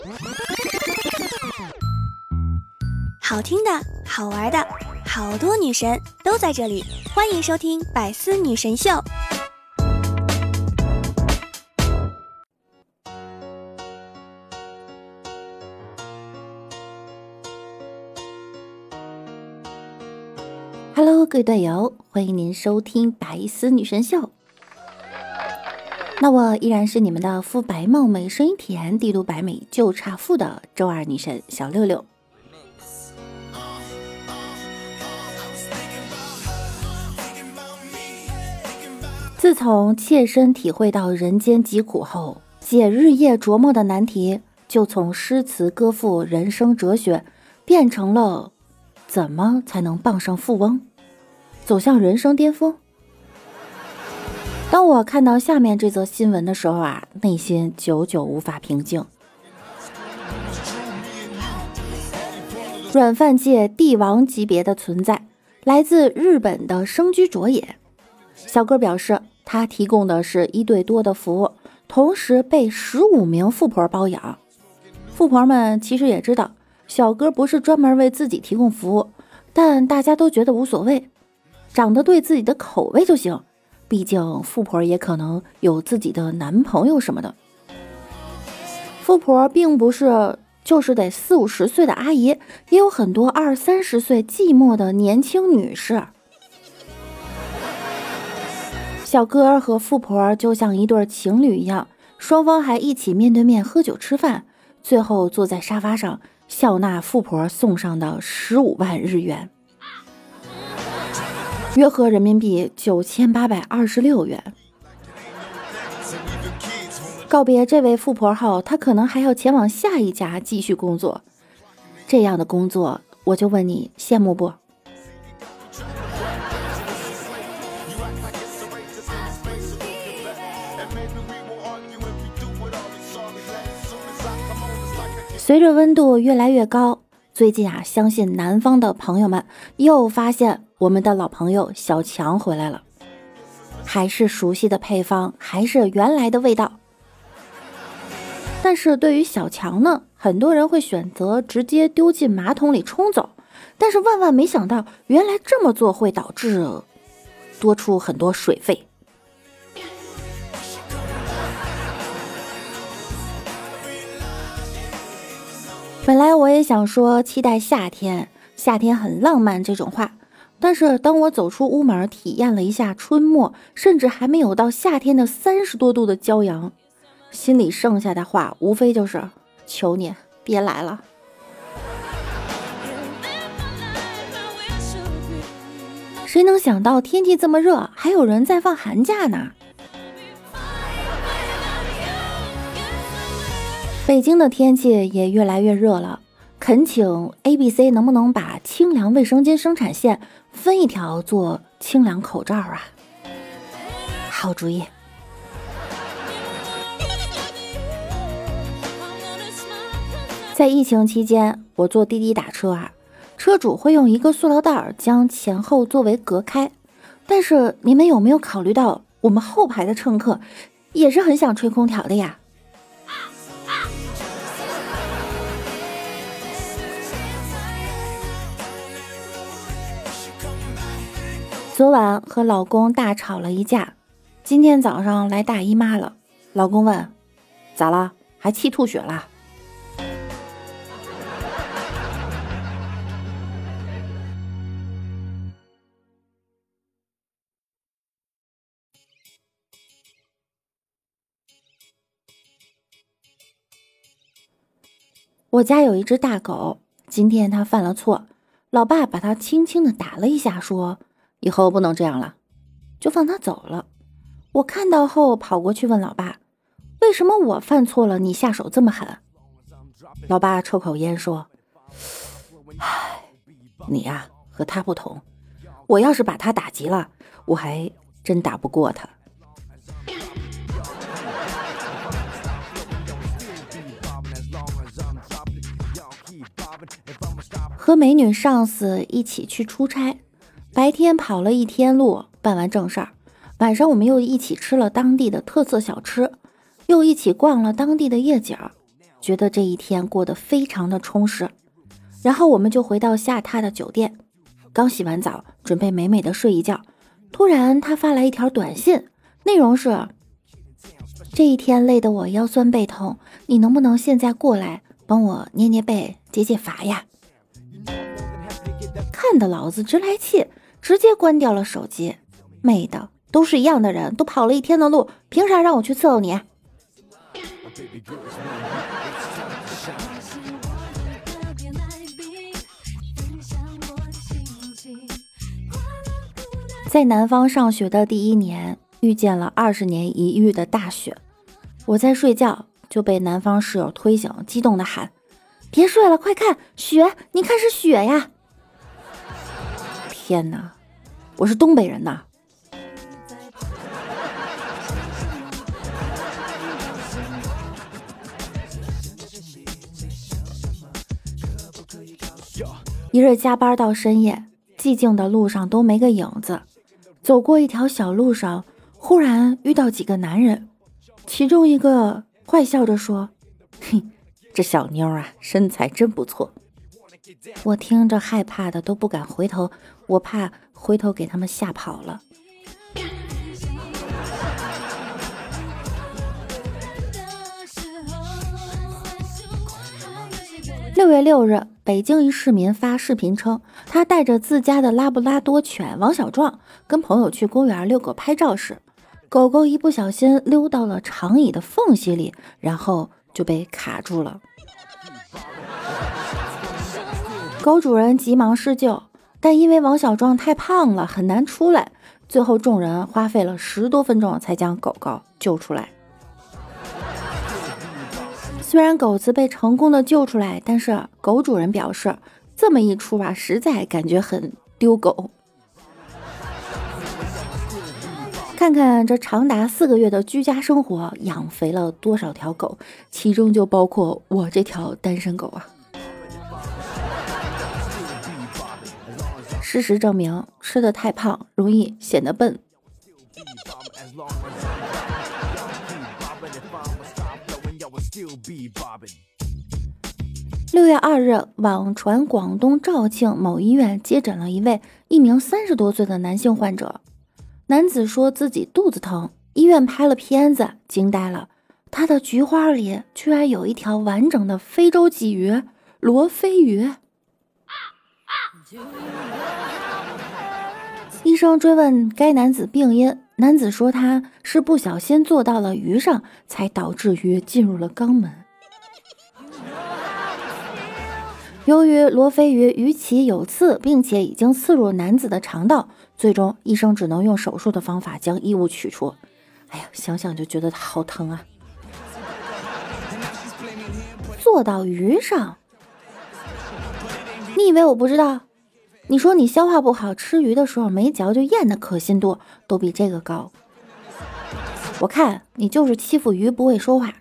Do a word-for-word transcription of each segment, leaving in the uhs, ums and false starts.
好听的，好玩的，好多女神都在这里，欢迎收听百思女神秀。 Hello， 各位队友，欢迎您收听百思女神秀。那我依然是你们的肤白貌美、声音甜、帝都白美就差富的周二女神小六六。自从切身体会到人间疾苦后，解日夜琢磨的难题就从诗词歌赋、人生哲学变成了怎么才能傍上富翁，走向人生巅峰。当我看到下面这则新闻的时候啊，内心久久无法平静。软饭界帝王级别的存在，来自日本的生居卓也。小哥表示，他提供的是一对多的服务，同时被十五名富婆包养。富婆们其实也知道，小哥不是专门为自己提供服务，但大家都觉得无所谓，长得对自己的口味就行。毕竟富婆也可能有自己的男朋友什么的。富婆并不是就是得四五十岁的阿姨，也有很多二三十岁寂寞的年轻女士。小哥和富婆就像一对情侣一样，双方还一起面对面喝酒吃饭，最后坐在沙发上笑纳富婆送上的十五万日元，约合人民币九千八百二十六元。告别这位富婆后，他可能还要前往下一家继续工作。这样的工作，我就问你羡慕不？随着温度越来越高，最近啊，相信南方的朋友们又发现我们的老朋友小强回来了，还是熟悉的配方，还是原来的味道。但是对于小强呢，很多人会选择直接丢进马桶里冲走，但是万万没想到，原来这么做会导致多出很多水费。本来我也想说期待夏天，夏天很浪漫这种话，但是当我走出屋门，体验了一下春末甚至还没有到夏天的三十多度的骄阳，心里剩下的话无非就是求你别来了。谁能想到天气这么热，还有人在放寒假呢？北京的天气也越来越热了，恳请 A B C 能不能把清凉卫生巾生产线分一条做清凉口罩啊？好主意。在疫情期间，我坐滴滴打车啊，车主会用一个塑料袋将前后座位隔开，但是你们有没有考虑到我们后排的乘客也是很想吹空调的呀？昨晚和老公大吵了一架，今天早上来大姨妈了。老公问：咋了？还气吐血了？我家有一只大狗，今天它犯了错，老爸把它轻轻地打了一下，说以后不能这样了，就放它走了。我看到后跑过去问老爸，为什么我犯错了你下手这么狠？老爸抽口烟说，唉，你呀、啊、和他不同，我要是把他打急了，我还真打不过他。和美女上司一起去出差，白天跑了一天路，办完正事儿，晚上我们又一起吃了当地的特色小吃，又一起逛了当地的夜景。 觉得这一天过得非常的充实。然后我们就回到下榻的酒店，刚洗完澡，准备美美的睡一觉，突然他发来一条短信，内容是：这一天累得我腰酸背痛，你能不能现在过来帮我捏捏背解解乏呀？看得老子直来气，直接关掉了手机。妹的，都是一样的人，都跑了一天的路，凭啥让我去伺候你？在南方上学的第一年，遇见了二十年一遇的大雪。我在睡觉，就被南方室友推醒，激动地喊：别睡了，快看雪，你看是雪呀！天哪，我是东北人呐！一日加班到深夜，寂静的路上都没个影子。走过一条小路上，忽然遇到几个男人，其中一个坏笑着说：哼，这小妞啊，身材真不错。我听着害怕的都不敢回头，我怕回头给他们吓跑了。六月六日，北京一市民发视频称，他带着自家的拉布拉多犬王小壮跟朋友去公园遛狗拍照时，狗狗一不小心溜到了长椅的缝隙里，然后就被卡住了。狗主人急忙施救，但因为王小壮太胖了，很难出来，最后众人花费了十多分钟才将狗狗救出来。虽然狗子被成功的救出来，但是狗主人表示，这么一出啊，实在感觉很丢狗。看看这长达四个月的居家生活，养肥了多少条狗，其中就包括我这条单身狗啊。事实证明，吃得太胖容易显得笨。六月二日，网传广东肇庆某医院接诊了一位一名三十多岁的男性患者。男子说自己肚子疼，医院拍了片子，惊呆了，他的菊花里居然有一条完整的非洲鲫鱼罗非鱼。医生追问该男子病因，男子说他是不小心坐到了鱼上，才导致鱼进入了肛门。由于罗非鱼鱼鳍有刺，并且已经刺入男子的肠道，最终医生只能用手术的方法将异物取出。哎呀，想想就觉得好疼啊！坐到鱼上，你以为我不知道？你说你消化不好，吃鱼的时候没嚼就咽的可信度都比这个高。我看你就是欺负鱼不会说话。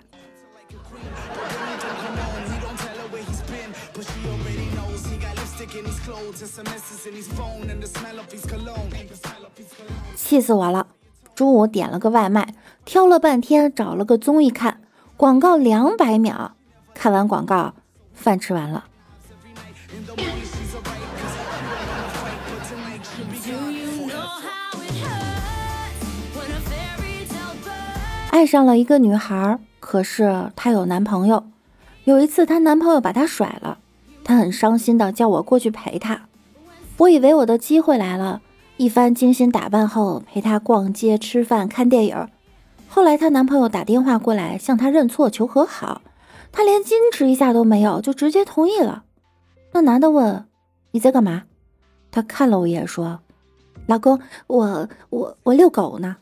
气死我了！中午点了个外卖，挑了半天找了个综艺看，广告两百秒，看完广告，饭吃完了。爱上了一个女孩，可是她有男朋友。有一次她男朋友把她甩了，她很伤心的叫我过去陪她。我以为我的机会来了，一番精心打扮后陪她逛街吃饭看电影。后来她男朋友打电话过来向她认错求和好，她连矜持一下都没有，就直接同意了。那男的问你在干嘛？她看了我一眼说，老公，我我我遛狗呢。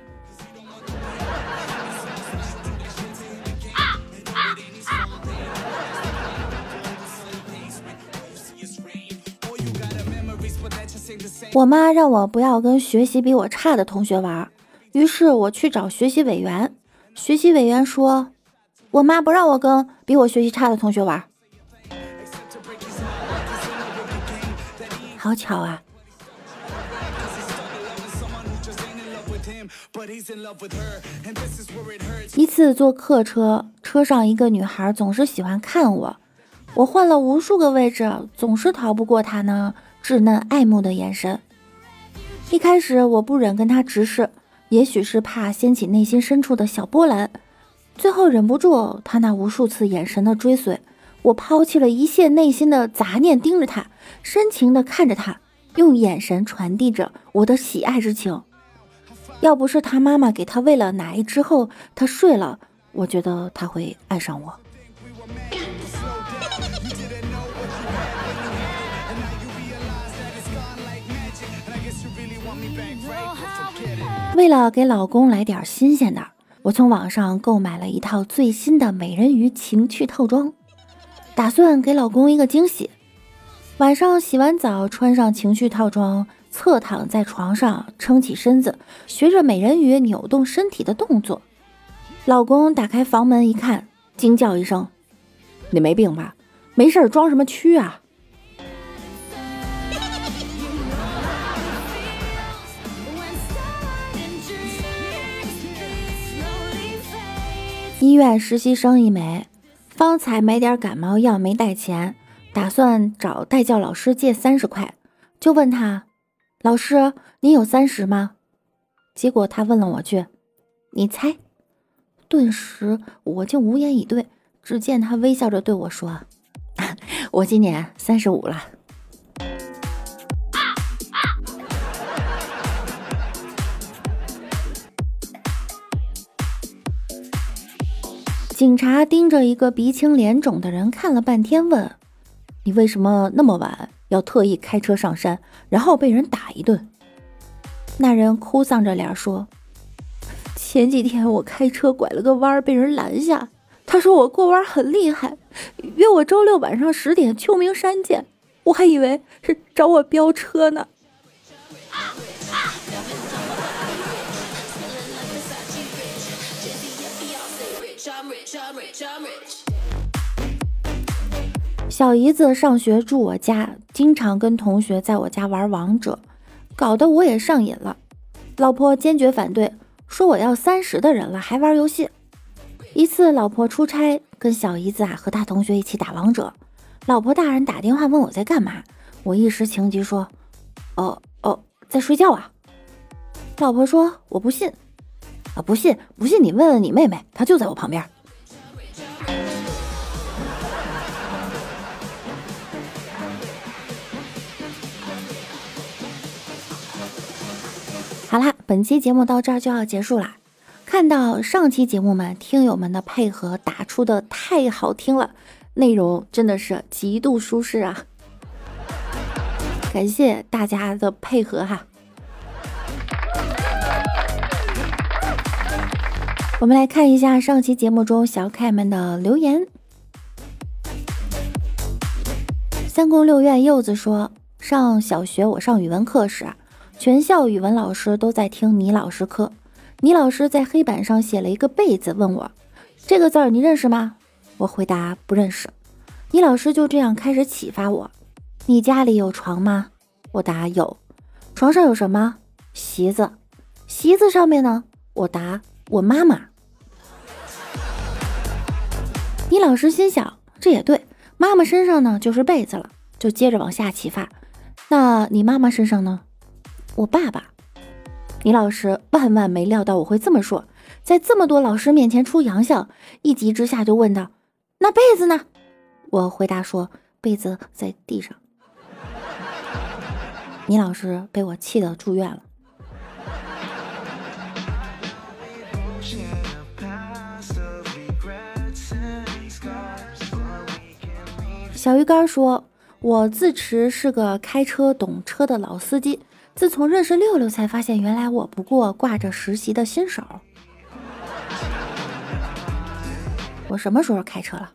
我妈让我不要跟学习比我差的同学玩，于是我去找学习委员。学习委员说，我妈不让我跟比我学习差的同学玩。好巧啊！一次坐客车，车车上一个女孩总是喜欢看我，我换了无数个位置，总是逃不过她那稚嫩爱慕的眼神。一开始我不忍跟她直视，也许是怕掀起内心深处的小波澜，最后忍不住她那无数次眼神的追随，我抛弃了一切内心的杂念，盯着她，深情地看着她，用眼神传递着我的喜爱之情。要不是她妈妈给她喂了奶之后她睡了，我觉得她会爱上我。为了给老公来点新鲜的，我从网上购买了一套最新的美人鱼情趣套装，打算给老公一个惊喜。晚上洗完澡，穿上情趣套装，侧躺在床上，撑起身子，学着美人鱼扭动身体的动作。老公打开房门一看，惊叫一声：“你没病吧？没事装什么蛆啊？”医院实习生一枚，方才买点感冒药没带钱，打算找代教老师借三十块，就问他：“老师，你有三十吗？”结果他问了我句：“你猜？”顿时我就无言以对，只见他微笑着对我说：“我今年三十五了。”警察盯着一个鼻青脸肿的人看了半天，问：“你为什么那么晚要特意开车上山，然后被人打一顿？”那人哭丧着脸说：“前几天我开车拐了个弯被人拦下，他说我过弯很厉害，约我周六晚上十点秋名山见，我还以为是找我飙车呢。”小姨子上学住我家，经常跟同学在我家玩王者，搞得我也上瘾了。老婆坚决反对，说我要三十的人了还玩游戏。一次老婆出差，跟小姨子啊和她同学一起打王者，老婆大人打电话问我在干嘛，我一时情急说：“哦哦，在睡觉啊。”老婆说：“我不信。”啊，不信不信你问问你妹妹，她就在我旁边。好啦，本期节目到这儿就要结束啦。看到上期节目们听友们的配合打出的太好听了，内容真的是极度舒适啊，感谢大家的配合哈。我们来看一下上期节目中小可爱们的留言。三宫六院柚子说，上小学我上语文课时，全校语文老师都在听倪老师课。倪老师在黑板上写了一个被字，问我这个字儿你认识吗？我回答不认识。倪老师就这样开始启发我，你家里有床吗？我答有。床上有什么？席子。席子上面呢？我答我妈妈。倪老师心想，这也对，妈妈身上呢就是被子了，就接着往下启发，那你妈妈身上呢？我爸爸。倪老师万万没料到我会这么说，在这么多老师面前出洋相，一急之下就问道：“那被子呢？”我回答说：“被子在地上。”倪老师被我气得住院了。小鱼干说，我自持是个开车懂车的老司机，自从认识六六才发现原来我不过挂着实习的新手。我什么时候开车了？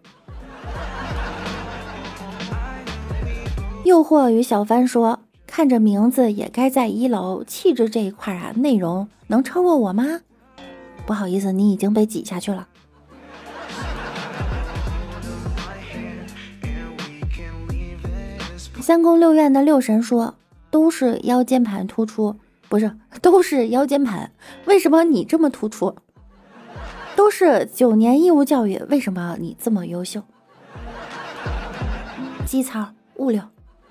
诱惑与小帆说，看着名字也该在一楼，气质这一块啊，内容能超过我吗？不好意思，你已经被挤下去了。三宫六院的六神说，都是腰间盘突出，不是，都是腰间盘，为什么你这么突出？ 都是九年义务教育，为什么你这么优秀？基操物流。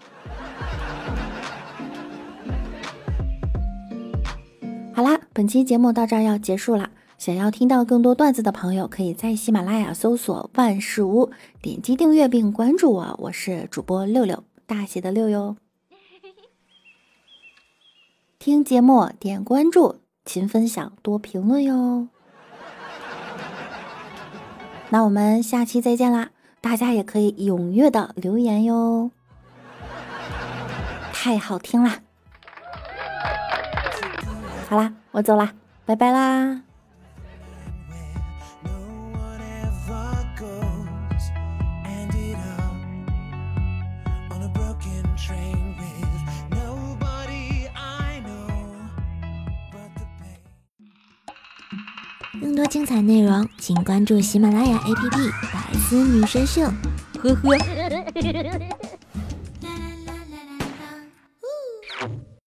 好啦，本期节目到这儿要结束了。想要听到更多段子的朋友，可以在喜马拉雅搜索万事屋，点击订阅并关注我，我是主播六六，大写的六哟。听节目点关注，勤分享，多评论哟。那我们下期再见啦，大家也可以踊跃的留言哟。太好听啦！好啦，我走啦，拜拜啦。 更多精彩内容，请关注喜马拉雅 A P P《百思女神秀》。呵呵。